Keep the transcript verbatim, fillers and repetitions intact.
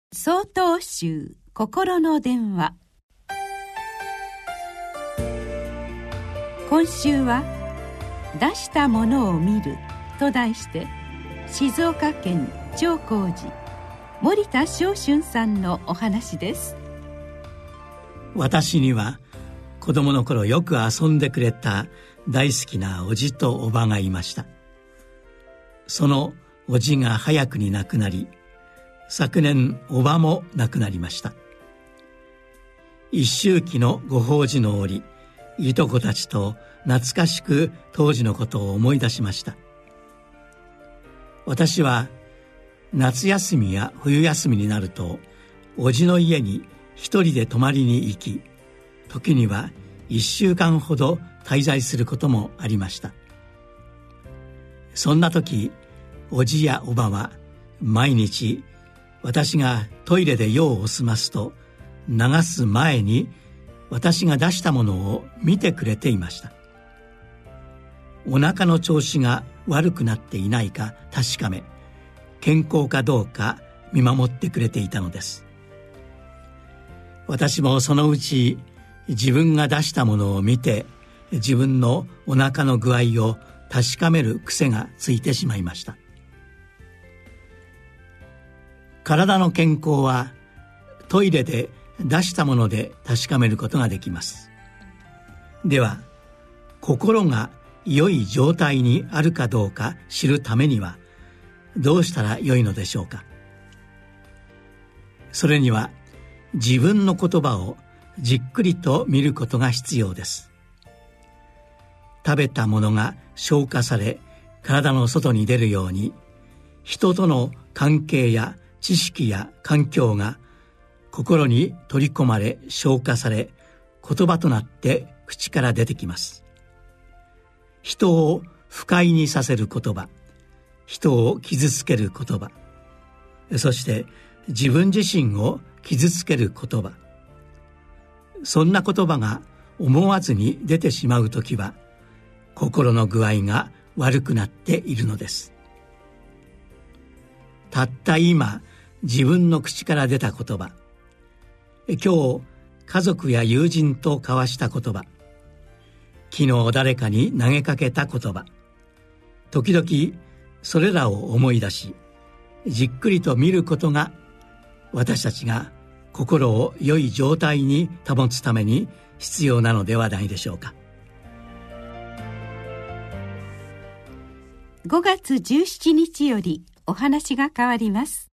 総統集心の電話。今週は出したものを見ると題して、静岡県長光寺森田正春さんのお話です。 私には子供の頃よく遊んでくれた大好きなおじとおばがいました。そのおじが早くに亡くなり、昨年おばも亡くなりました。一周忌のご法事の折、いとこたちと懐かしく当時のことを思い出しました。私は夏休みや冬休みになるとおじの家に一人で泊まりに行き、時には一週間ほど滞在することもありました。そんな時、おじやおばは毎日私がトイレで用を済ますと流す前に私が出したものを見てくれていました。お腹の調子が悪くなっていないか確かめ、健康かどうか見守ってくれていたのです。私もそのうち自分が出したものを見て自分のお腹の具合を確かめる癖がついてしまいました。体の健康はトイレで出したもので確かめることができます。では、心が良い状態にあるかどうか知るためにはどうしたら良いのでしょうか。それには自分の言葉をじっくりと見ることが必要です。食べたものが消化され体の外に出るように、人との関係や知識や環境が心に取り込まれ消化され言葉となって口から出てきます。人を不快にさせる言葉、人を傷つける言葉、そして自分自身を傷つける言葉、そんな言葉が思わずに出てしまうときは心の具合が悪くなっているのです。たった今自分の口から出た言葉、今日家族や友人と交わした言葉、昨日誰かに投げかけた言葉、時々それらを思い出しじっくりと見ることが私たちが心を良い状態に保つために必要なのではないでしょうか。 ごがつじゅうしちにちよりお話が変わります。